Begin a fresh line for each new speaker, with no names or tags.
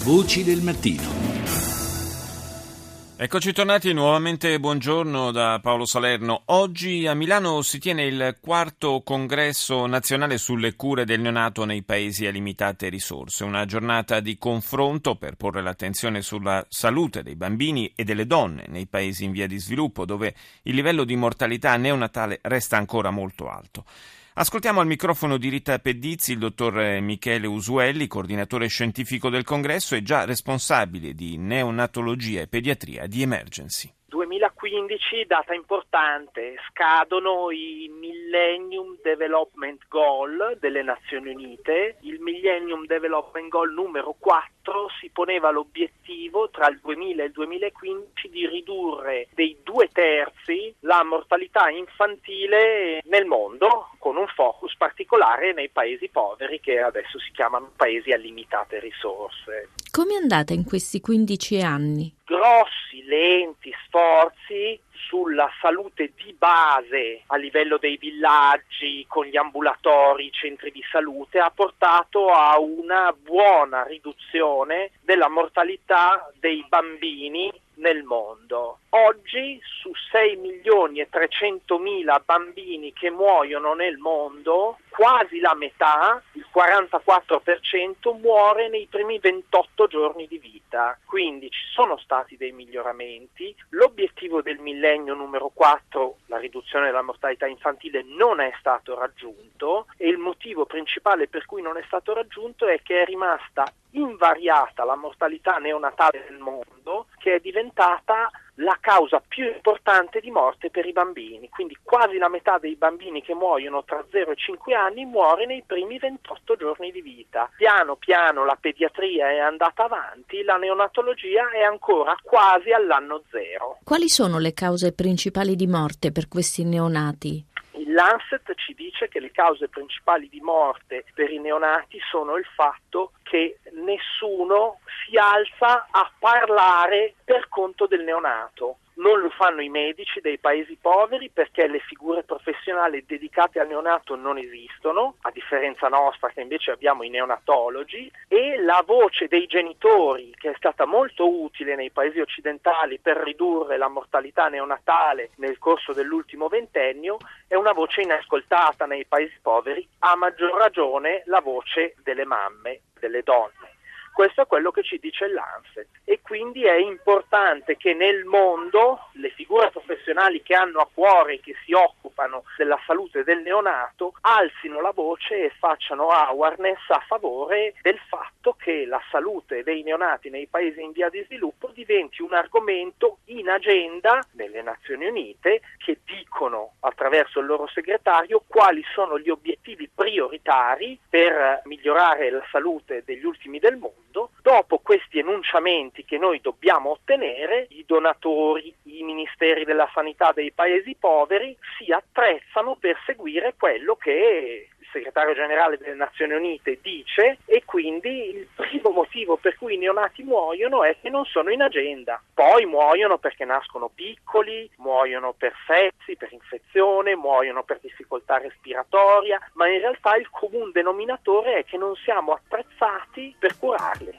Voci del mattino.
Eccoci tornati nuovamente, buongiorno da Paolo Salerno. Oggi a Milano si tiene il quarto congresso nazionale sulle cure del neonato nei paesi a limitate risorse, una giornata di confronto per porre l'attenzione sulla salute dei bambini e delle donne nei paesi in via di sviluppo, dove il livello di mortalità neonatale resta ancora molto alto. Ascoltiamo al microfono di Rita Pedizzi il dottor Michele Usuelli, coordinatore scientifico del congresso e già responsabile di neonatologia e pediatria di Emergency.
2015, data importante, scadono i Millennium Development Goal delle Nazioni Unite. Il Millennium Development Goal numero 4 si poneva l'obiettivo tra il 2000 e il 2015 di ridurre dei 2/3 la mortalità infantile nel mondo, con un focus particolare nei paesi poveri che adesso si chiamano paesi a limitate risorse.
Come è andata in questi 15 anni?
Grossi, lenti sforzi sulla salute di base a livello dei villaggi, con gli ambulatori, i centri di salute, ha portato a una buona riduzione della mortalità dei bambini nel mondo. Oggi su 6.300.000 bambini che muoiono nel mondo, quasi la metà, il 44%, muore nei primi 28 giorni di vita. Quindi ci sono stati dei miglioramenti. L'obiettivo del millennio numero 4, la riduzione della mortalità infantile, non è stato raggiunto, e il motivo principale per cui non è stato raggiunto è che è rimasta invariata la mortalità neonatale nel mondo, che è diventata la causa più importante di morte per i bambini. Quindi quasi la metà dei bambini che muoiono tra 0 e 5 anni muore nei primi 28 giorni di vita. Piano piano la pediatria è andata avanti, la neonatologia è ancora quasi all'anno zero.
Quali sono le cause principali di morte per questi neonati?
Il Lancet ci dice che le cause principali di morte per i neonati sono il fatto che nessuno si alza a parlare per conto del neonato. Non lo fanno i medici dei paesi poveri perché le figure professionali dedicate al neonato non esistono, a differenza nostra che invece abbiamo i neonatologi, e la voce dei genitori, che è stata molto utile nei paesi occidentali per ridurre la mortalità neonatale nel corso dell'ultimo ventennio, è una voce inascoltata nei paesi poveri, a maggior ragione la voce delle mamme, delle donne. Questo è quello che ci dice il Lancet, e quindi è importante che nel mondo le figure professionali che hanno a cuore, che si occupano della salute del neonato, alzino la voce e facciano awareness a favore del fatto che la salute dei neonati nei paesi in via di sviluppo diventi un argomento in agenda nelle Nazioni Unite, che dicono attraverso il loro segretario quali sono gli obiettivi prioritari per migliorare la salute degli ultimi del mondo. Dopo questi enunciamenti che noi dobbiamo ottenere, i donatori, i ministeri della sanità dei paesi poveri si attrezzano per seguire quello che il segretario generale delle Nazioni Unite dice, e quindi il primo motivo per cui i neonati muoiono è che non sono in agenda. Poi muoiono perché nascono piccoli, muoiono per sepsi, per infezione, muoiono per difficoltà respiratoria, ma in realtà il comune denominatore è che non siamo attrezzati per curarli.